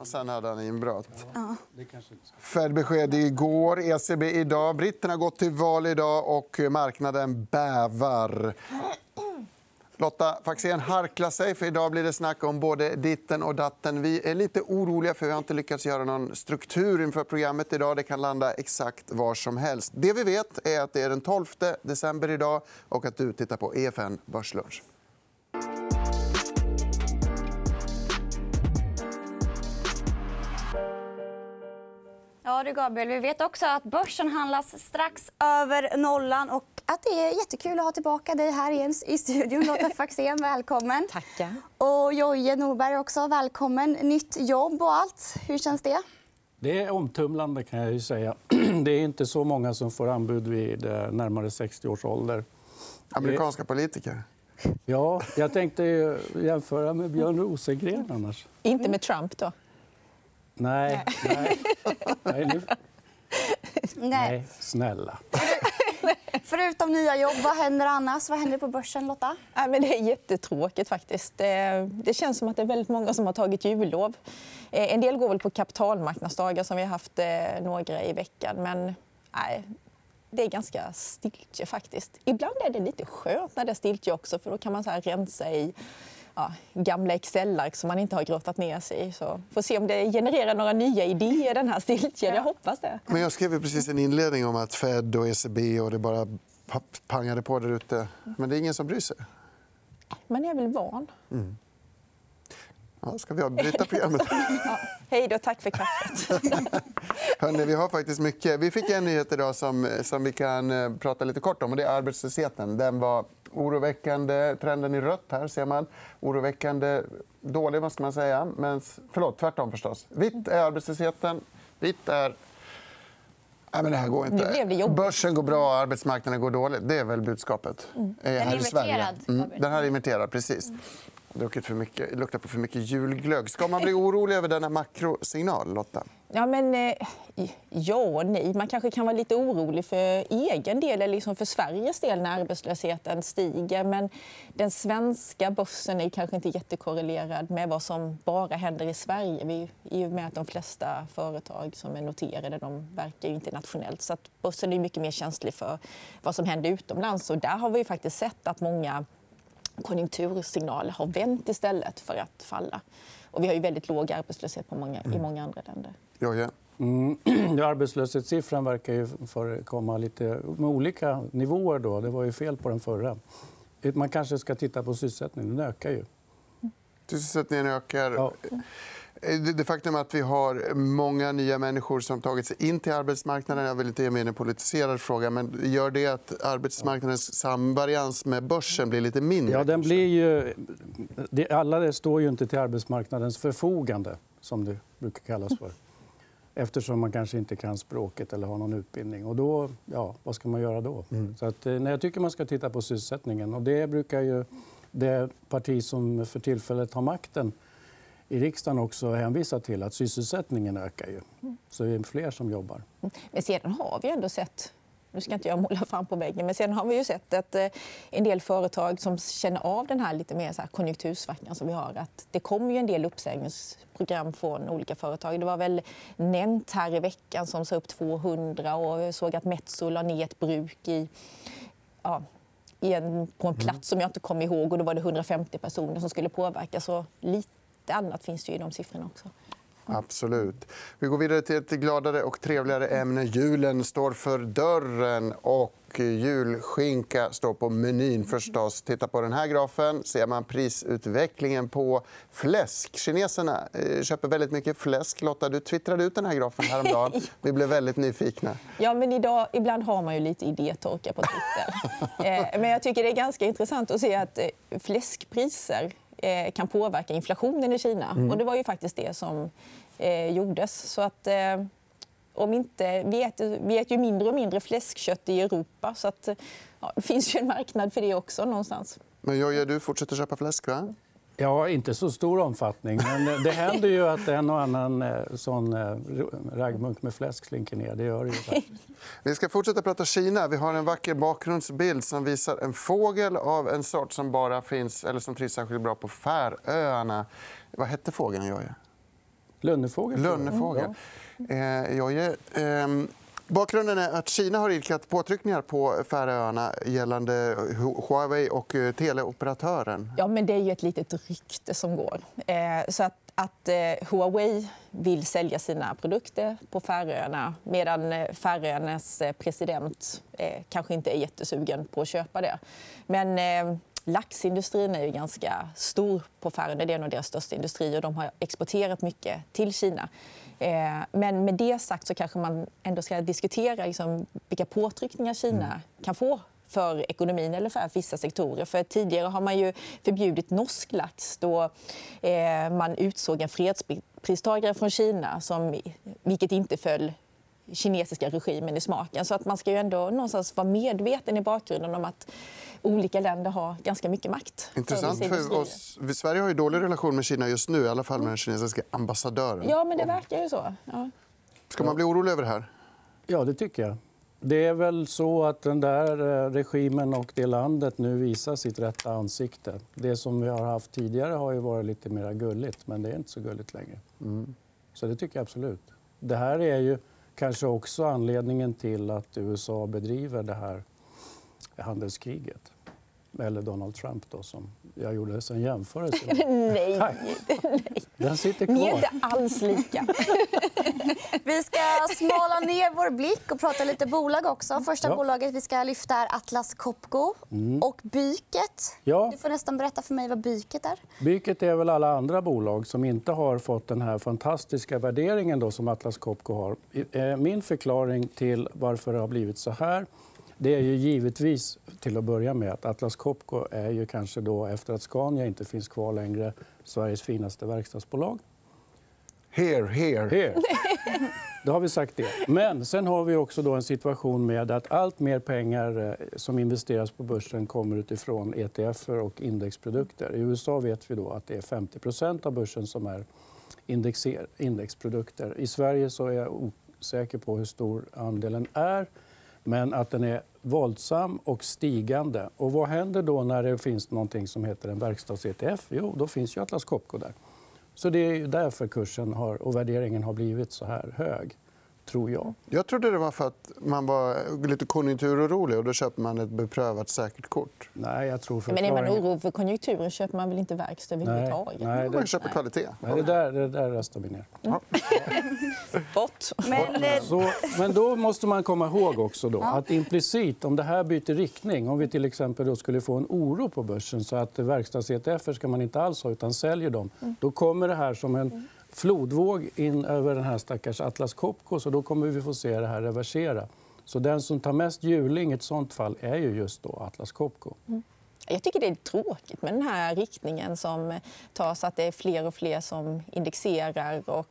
Och sen hade han inbrott. Fed-besked igår, ECB idag. Britterna har gått till val idag och marknaden bävar. Lotta Faxén harklar sig, för idag blir det snack om både ditten och datten. Vi är lite oroliga för vi har inte lyckats göra någon struktur inför programmet idag. Det kan landa exakt var som helst. Det vi vet är att det är den 12 december idag och att du tittar på EFN Börslunch. Ja du Gabriel, vi vet också att börsen handlas strax över nollan och att det är jättekul att ha tillbaka dig här igen i studion. Lotta Faxén, välkommen. Tackar. Och Jojje Norberg också, välkommen. Nytt jobb och allt. Hur känns det? Det är omtumlande kan jag ju säga. Det är inte så många som får anbud vid närmare 60 års ålder. Amerikanska politiker. Ja, jag tänkte jämföra med Björn Rosengren annars. Inte med Trump då? Nej. Nej, snälla. Förutom nya jobb, vad händer annars? Vad händer på börsen, Lotta? Ja, men det är jättetråkigt faktiskt. Det känns som att det är väldigt många som har tagit jullov. En del går väl på kapitalmarknadsdagar som vi har haft några i veckan. Men nej, det är ganska stiltje faktiskt. Ibland är det lite skönt när det är stiltje också, för då kan man så här rensa i gamla Excel-ark som man inte har grottat ner sig i. Så får se om det genererar några nya idéer, den här stiltjen. Jag hoppas det. Men jag skrev precis en inledning om att Fed och ECB och det bara pangade på där ute. Men det är ingen som bryr sig. Man är väl van. Ja, ska vi bryta programmet? Ja. Hej då, tack för kaffet. Hörrni, vi har faktiskt mycket. Vi fick en nyhet idag som vi kan prata lite kort om. Och det är arbetslösheten. Den var oroväckande. Trenden i rött här ser man. Oroväckande dålig, vad ska man säga. Men, tvärtom förstås. Vitt är arbetslösheten. Vitt är... Nej, men det här går inte. Nu blev det jobbigt. Börsen går bra, arbetsmarknaden går dåligt. Det är väl budskapet. Den är inverterad. Den här är inverterad, precis. Det luktar på för mycket julglögg. Ska man bli orolig över denna makrosignal, Lotta? Ja, men ja och nej. Man kanske kan vara lite orolig för egen del eller liksom för Sveriges del när arbetslösheten stiger. Men den svenska börsen är kanske inte jättekorrelerad med vad som bara händer i Sverige. I och med att de flesta företag som är noterade de verkar internationellt. Så att börsen är mycket mer känslig för vad som händer utomlands. Och där har vi faktiskt sett att många konjunktursignaler har vänt istället för att falla. Och vi har ju väldigt låg arbetslöshet i många andra länder. Arbetslöshetssiffran verkar ju förekomma lite med olika nivåer. Då. Det var ju fel på den förra. Man kanske ska titta på sysselsättningen. Den ökar ju. Sysselsättningen ökar. Ja. Det faktum att vi har många nya människor som tagit sig in till arbetsmarknaden. Jag vill inte ge mig en politiserad fråga, men gör det att arbetsmarknadens samvarians med börsen blir lite mindre? Ja, den blir ju... Alla står ju inte till arbetsmarknadens förfogande, som det brukar kallas för. Eftersom man kanske inte kan språket eller har någon utbildning. Och då, vad ska man göra då? Så att, jag tycker man ska titta på sysselsättningen. Och det brukar ju det parti som för tillfället har makten i riksdagen också hänvisar till, att sysselsättningen ökar ju. Så det är fler som jobbar. Men sedan har vi ändå sett, nu ska inte jag måla fram på väggen, men sedan har vi ju sett att en del företag som känner av den här lite mer så här konjunktursvackan som vi har, att det kommer ju en del uppsägningsprogram från olika företag. Det var väl Nent här i veckan som sa upp 200 och såg att Metso la ner ett bruk på en plats som jag inte kommer ihåg, och då var det 150 personer som skulle påverkas. Så lite annat finns det ju i de siffrorna också. Absolut. Vi går vidare till ett gladare och trevligare ämne. Julen står för dörren och julskinka står på menyn förstås. Titta på den här grafen. Ser man prisutvecklingen på fläsk. Kineserna köper väldigt mycket fläsk. Lotta, du twittrade ut den här grafen häromdagen. Vi blev väldigt nyfikna. Ja, men ibland har man ju lite idétorka på Twitter. Men jag tycker det är ganska intressant att se att fläskpriser kan påverka inflationen i Kina. Och det var ju faktiskt det som gjordes. Så att, om inte, vi äter ju mindre och mindre fläskkött i Europa. Så att, det finns ju en marknad för det också någonstans. Men Jojje, du fortsätter köpa fläsk, va? Ja, inte så stor omfattning. Men det händer ju att en och annan sån raggmunk med fläsk slinker ner. Det gör det ju faktiskt. Vi ska fortsätta prata Kina. Vi har en vacker bakgrundsbild som visar en fågel av en sort som bara finns, eller som trivs särskilt bra på Färöarna. Vad hette fågeln, Jojje? Lönnefågel. Lönnefågel. Bakgrunden är att Kina har idkat påtryckningar på Färöarna gällande Huawei och teleoperatören. Ja, men det är ju ett litet rykte som går. Så att Huawei vill sälja sina produkter på Färöarna medan Färöarnas president kanske inte är jättesugen på att köpa det. Men laxindustrin är ju ganska stor på Färöarna. Det är en av deras största industrier och de har exporterat mycket till Kina. Men med det sagt så kanske man ändå ska diskutera liksom vilka påtryckningar Kina kan få för ekonomin eller för vissa sektorer. För tidigare har man ju förbjudit norsk lax då man utsåg en fredspristagare från Kina vilket inte föll kinesiska regimen i smaken. Så att man ska ju ändå någonstans vara medveten i bakgrunden om att olika länder har ganska mycket makt. Intressant för oss. Sverige har ju dålig relation med Kina just nu, i alla fall med den kinesiska ambassadören. Ja, men det verkar ju så. Ja. Ska man bli orolig över det här? Ja, det tycker jag. Det är väl så att den där regimen och det landet nu visar sitt rätta ansikte. Det som vi har haft tidigare har ju varit lite mer gulligt, men det är inte så gulligt längre. Så det tycker jag absolut. Det här är ju kanske också anledningen till att USA bedriver det här handelskriget. Eller Donald Trump då, som jag gjorde en jämförelse. Nej. Tack. Den sitter kvar. Ni är inte alls lika. Vi ska smala ner vår blick och prata lite bolag också. Första bolaget vi ska lyfta är Atlas Copco och Byket. Ja. Du får nästan berätta för mig vad Byket är. Byket är väl alla andra bolag som inte har fått den här fantastiska värderingen då som Atlas Copco har. Min förklaring till varför det har blivit så här, det är ju givetvis till att börja med att Atlas Copco är ju kanske då efter att Scania inte finns kvar längre Sveriges finaste verkstadsbolag. Here. Då har vi sagt det. Men sen har vi också då en situation med att allt mer pengar som investeras på börsen kommer utifrån ETFer och indexprodukter. I USA vet vi då att det är 50% av börsen som är indexprodukter. I Sverige så är jag osäker på hur stor andelen är, men att den är våldsam och stigande. Och vad händer då när det finns någonting som heter en verkstads-ETF? Jo, då finns ju Atlas Copco där. Så det är därför kursen och värderingen har blivit så här hög, tror jag. Jag trodde det var för att man var lite konjunkturorolig och då köper man ett beprövat säkert kort. Nej, jag tror Men är man orolig för konjunkturen köper man väl inte verkstad överhuvudtaget? Nej, Man köper kvalitet. Nej, det där röstar vi ner. Bort. Men då måste man komma ihåg också då, att implicit om det här byter riktning, om vi till exempel då skulle få en oro på börsen så att verkstads-ETF ska man inte alls ha utan säljer dem, då kommer det här som en flodvåg in över den här stackars Atlas Copco, så då kommer vi få se det här reversera. Så den som tar mest juling i ett sånt fall är ju just då Atlas Copco. Jag tycker det är tråkigt med den här riktningen som tas, att det är fler och fler som indexerar och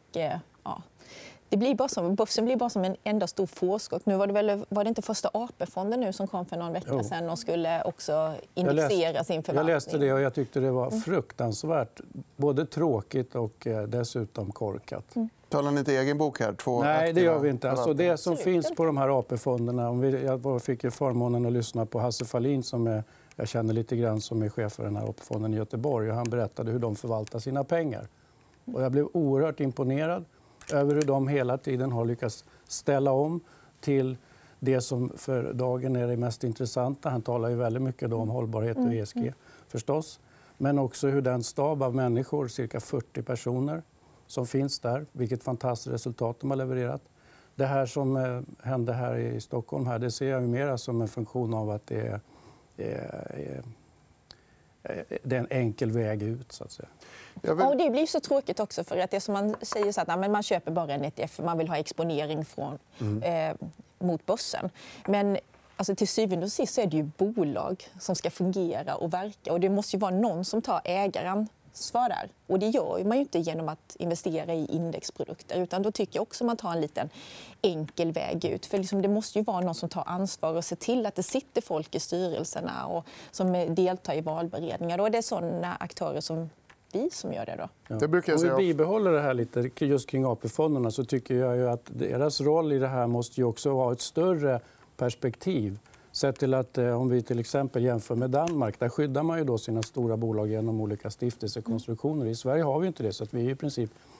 det blir bara som, börsen blir bara som en enda stor fårskåk. Nu var det inte första AP-fonden nu som kom för någon vecka sedan och skulle också indexera sin förvaltning. Jag läste det och jag tyckte det var fruktansvärt, både tråkigt och dessutom korkat. Talar ni inte egen bok här? Nej, det gör vi inte. Alltså, det som finns på de här AP-fonderna, jag fick ju förmånen att lyssna på Hasse Fahlin som jag känner lite grann som är chef för den här AP-fonden i Göteborg, och han berättade hur de förvaltar sina pengar. Och jag blev oerhört imponerad över hur de hela tiden har lyckats ställa om till det som för dagen är det mest intressanta. Han talar ju väldigt mycket om hållbarhet och ESG förstås. Men också hur den stab av människor, cirka 40 personer som finns där, vilket fantastiskt resultat de har levererat. Det här som hände här i Stockholm här, det ser jag mer som en funktion av att det är en enkel väg ut, så att säga. Och det blir så tråkigt också för att det som man säger så att man köper bara en ETF för man vill ha exponering mot börsen. Men alltså, till syvende och sist så är det ju bolag som ska fungera och verka, och det måste ju vara någon som tar ägaransvar där. Och det gör man ju inte genom att investera i indexprodukter, utan då tycker jag också man tar en liten enkel väg ut. För liksom, det måste ju vara någon som tar ansvar och ser till att det sitter folk i styrelserna och som deltar i valberedningar. Och det är sådana aktörer som vi som gör det då. Ja. Det brukar jag säga. Om vi bibehåller det här lite just kring AP-fonderna så tycker jag ju att deras roll i det här måste ju också ha ett större perspektiv. Sett till att om vi till exempel jämför med Danmark, där skyddar man ju då sina stora bolag genom olika stiftelsekonstruktioner. I Sverige har vi inte det, så att vi är i princip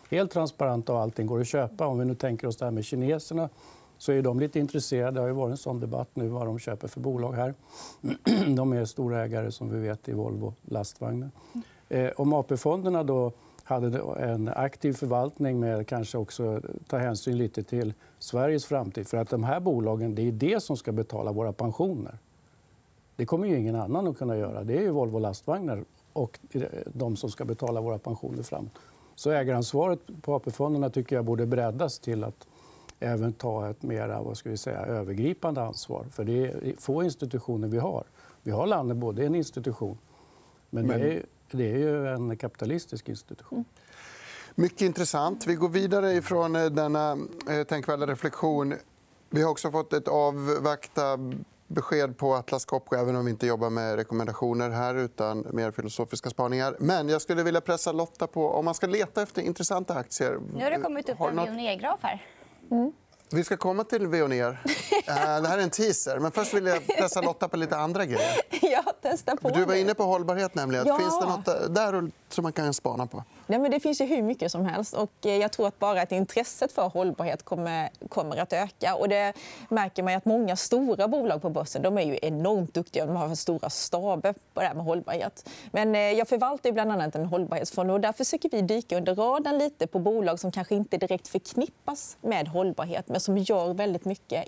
helt transparenta och allting går att köpa. Om vi nu tänker oss det här med kineserna så är de lite intresserade. Det har ju varit en sån debatt nu vad de köper för bolag här. De är stora ägare som vi vet i Volvo lastvagnar. Om AP-fonderna då hade en aktiv förvaltning med kanske också ta hänsyn lite till Sveriges framtid. För att de här bolagen, det är det som ska betala våra pensioner. Det kommer ju ingen annan att kunna göra. Det är ju Volvo lastvagnar och de som ska betala våra pensioner framåt. Så ägaransvaret på AP-fonderna tycker jag borde breddas till att även ta ett mer övergripande ansvar. För det är få institutioner vi har. Vi har landet både en institution, men det är ju en kapitalistisk institution. Mycket intressant. Vi går vidare ifrån denna tänkvärda reflektion. Vi har också fått ett avvakta besked på Atlas Copco, även om vi inte jobbar med rekommendationer här utan mer filosofiska spaningar. Men jag skulle vilja pressa Lotta på om man ska leta efter intressanta aktier. Nu har det kommit upp en Veoneer-graf här. Vi ska komma till Veoneer. Det här är en teaser. Men först vill jag pressa Lotta på lite andra grejer. Ja, testa på. Du var inne på hållbarhet nämligen. Ja. Finns det något där som man kan spana på? Nej, men det finns ju hur mycket som helst. Och jag tror att bara att intresset för hållbarhet kommer att öka. Och det märker man att många stora bolag på börsen de är ju enormt duktiga. De har stora staber på det här med hållbarhet. Men jag förvaltar ju bland annat en hållbarhetsfond och där försöker vi dyka under radarn lite på bolag som kanske inte direkt förknippas med hållbarhet men som gör väldigt mycket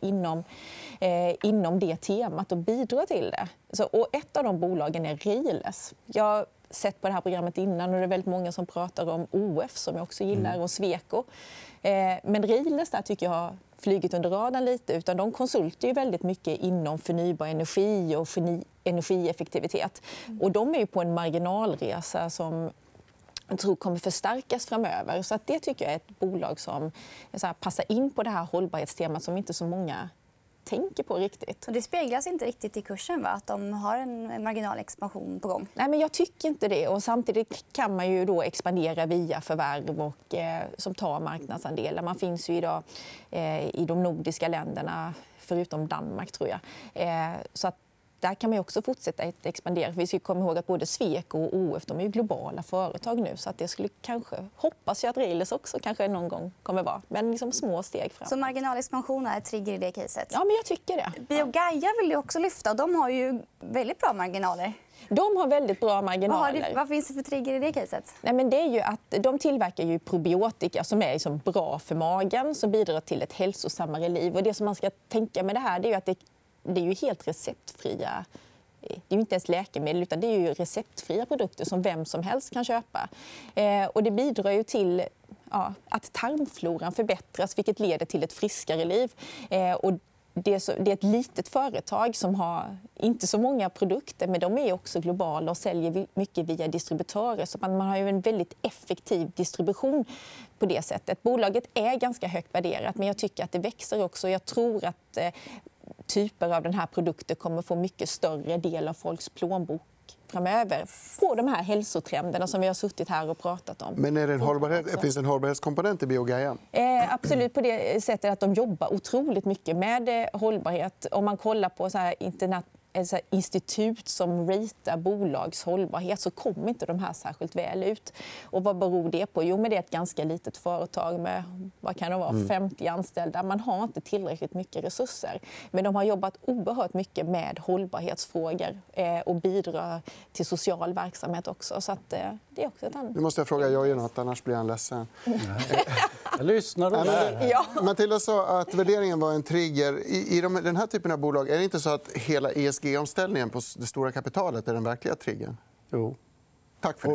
inom det temat och bidrar till det. Och ett av de bolagen är Riles. Jag sett på det här programmet innan och det är väldigt många som pratar om OF som jag också gillar och Sweco. Men Riles där tycker jag har flugit under radarn lite utan de konsultar ju väldigt mycket inom förnybar energi och energieffektivitet. Och de är ju på en marginalresa som jag tror kommer förstärkas framöver. Så att det tycker jag är ett bolag som passar in på det här hållbarhetstemat som inte så många tänker på riktigt. Och det speglas inte riktigt i kursen, va? Att de har en marginalexpansion på gång. Nej, men jag tycker inte det. Och samtidigt kan man ju då expandera via förvärv och, som tar marknadsandelar. Man finns ju idag i de nordiska länderna, förutom Danmark tror jag. Så att där kan man ju också fortsätta att expandera. Vi ska komma ihåg att både Sweco och OF de är ju globala företag nu. Så att det skulle kanske, hoppas jag att Riles också kanske någon gång kommer vara. Men liksom små steg fram. Så marginalexpansion är trigger i det caset? Ja, men jag tycker det. BioGaia vill ju också lyfta. De har ju väldigt bra marginaler. De har väldigt bra marginaler. Vad finns det för trigger i det caset? Nej, men det är ju att de tillverkar ju probiotika som är liksom bra för magen, som bidrar till ett hälsosammare liv. Och det som man ska tänka med det här det är ju att det är ju helt receptfria. Det är ju inte ens läkemedel utan det är ju receptfria produkter som vem som helst kan köpa. Och det bidrar ju till att tarmfloran förbättras vilket leder till ett friskare liv. Och det är ett litet företag som har inte så många produkter men de är också globala och säljer mycket via distributörer. Så man har ju en väldigt effektiv distribution på det sättet. Bolaget är ganska högt värderat men jag tycker att det växer också. Jag tror att typer av den här produkten kommer få mycket större del av folks plånbok framöver på de här hälsotrenderna som vi har suttit här och pratat om. Men är det finns det en hållbarhetskomponent i BioGaia? Absolut på det sättet att de jobbar otroligt mycket med hållbarhet. Om man kollar på så här institut som ratear bolags hållbarhet så kommer inte de här särskilt väl ut. Och vad beror det på? Jo, men det är ett ganska litet företag med vad kan det vara, 50 anställda. Man har inte tillräckligt mycket resurser. Men de har jobbat oerhört mycket med hållbarhetsfrågor och bidrar till social verksamhet också. Så att, det är också ett annat. Nu måste jag fråga Jojje något, annars blir han ledsen. Jag lyssnar då där. Ja. Matilda sa att värderingen var en trigger. I den här typen av bolag är det inte så att hela ESG-omställningen på det stora kapitalet är den verkliga triggern? Jo. Tack för det.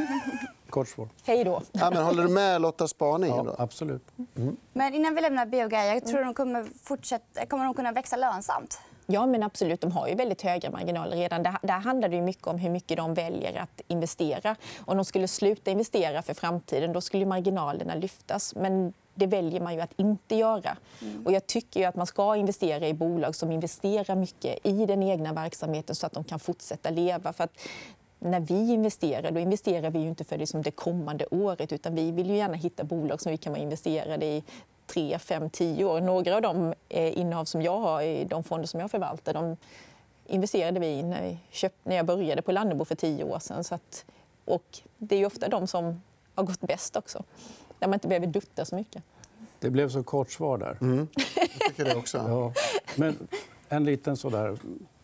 Kort svar. Hej då. Ja, men håller du med Lotta spaning? Ja, absolut. Men innan vi lämnar BioGaia, jag tror de kommer de kunna växa lönsamt? Ja, men absolut. De har ju väldigt höga marginaler redan. Där handlar det ju mycket om hur mycket de väljer att investera. Om de skulle sluta investera för framtiden, då skulle marginalerna lyftas. Men det väljer man ju att inte göra. Och jag tycker ju att man ska investera i bolag som investerar mycket i den egna verksamheten så att de kan fortsätta leva. För att när vi investerar, då investerar vi ju inte för det kommande året utan vi vill ju gärna hitta bolag som vi kan vara investerade i 3, 5, 10 år. Några av de innehav som jag har i de fonder som jag förvaltar, de investerade vi i när jag började på Lannebo för 10 år sedan. Och det är ju ofta de som har gått bäst också. Där man inte behöver dutta så mycket. Det blev så kort svar där. Jag tycker det också. Ja. Men en liten sådär...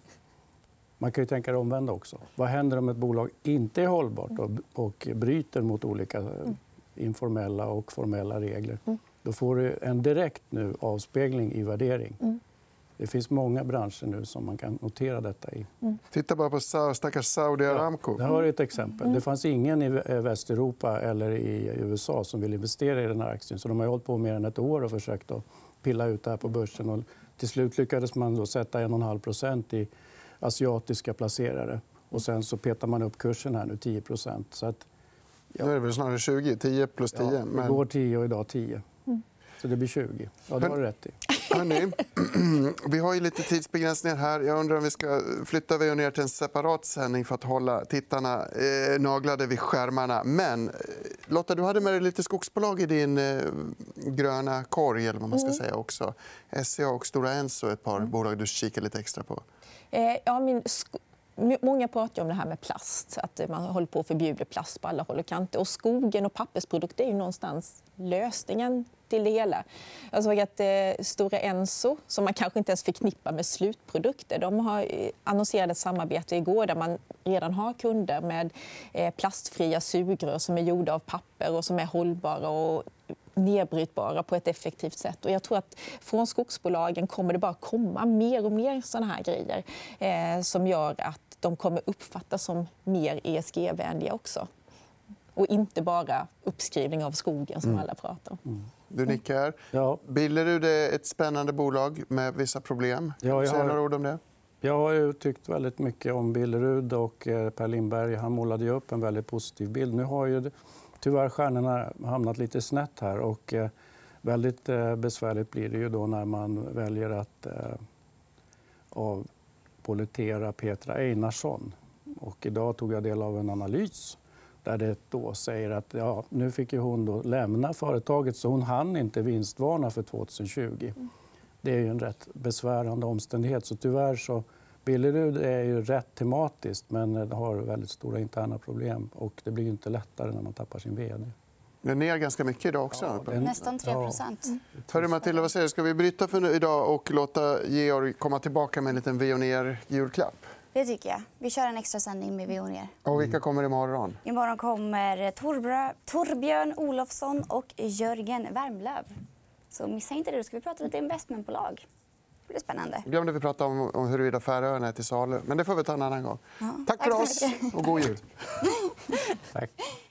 Man kan ju tänka det omvända också. Vad händer om ett bolag inte är hållbart och bryter mot olika informella och formella regler? Då får du en direkt nu avspegling i värdering. Det finns många branscher nu som man kan notera detta i. Titta bara på stackars Saudi Aramco. Det har ett exempel. Det fanns ingen i Västeuropa eller i USA som ville investera i den här aktien. Så de har hållit på mer än ett år och försökt att pilla ut det här på börsen. Och till slut lyckades man då sätta 1,5% i asiatiska placerare. Och sen så petar man upp kursen här nu 10%. Så att, Nu är det väl snarare 20, 10 plus 10. ja, det går 10 och idag 10. Så det blir 20. Ja, det har du rätt i. Hörrni, vi har ju lite tidsbegränsningar här. Jag undrar om vi ska flytta ner till en separat sändning för att hålla tittarna naglade vid skärmarna. Men Lotta, du hade med dig lite skogsbolag i din gröna korg, eller vad man ska säga också. SCA och Stora Enso är ett par bolag du kikar lite extra på. Ja, många pratar om det här med plast, att man håller på att förbjuda plast på alla håll och kanter. Och skogen och pappersprodukter är ju någonstans lösningen till det hela. Jag såg att Stora Enso, som man kanske inte ens förknippar med slutprodukter, de har annonserat ett samarbete igår där man redan har kunder med plastfria sugrör som är gjorda av papper och som är hållbara och nedbrytbara på ett effektivt sätt. Och jag tror att från skogsbolagen kommer det bara komma mer och mer såna här grejer som gör att de kommer uppfattas som mer ESG-vänliga också. Och inte bara uppskrivning av skogen som alla pratar om. Du nickar. Ja. Billerud är ett spännande bolag med vissa problem. Ja, Säg några ord om det. Jag har ju tyckt väldigt mycket om Billerud och Per Lindberg. Han målade ju upp en väldigt positiv bild. Nu har ju tyvärr stjärnorna hamnat lite snett här. Och väldigt besvärligt blir det ju då när man väljer att avpolitera Petra Einarsson. Och idag tog jag del av en analys där det då säger att nu fick ju hon då lämna företaget så hon hann inte vinstvarna för 2020. Det är ju en rätt besvärande omständighet. Så tyvärr så Billerud är ju rätt tematiskt men det har väldigt stora interna problem. Och det blir ju inte lättare när man tappar sin vd. Det är ner ganska mycket idag också. Nästan 3%. Hörru Matilda, vad säger du? Ska vi bryta för idag och låta Georg komma tillbaka med en liten Veoneer-julklapp? Det tycker jag. Vi kör en extra sändning med Veoneer. Och vilka kommer imorgon? Imorgon kommer Torbjörn Olofsson och Jörgen Värmlöv. Så missa inte det. Då ska vi prata lite investmentbolag. Det blir spännande. Glömde vi prata om huruvida Färöarna är till salu. Men det får vi ta en annan gång. Ja. Tack för oss och god jul. Tack.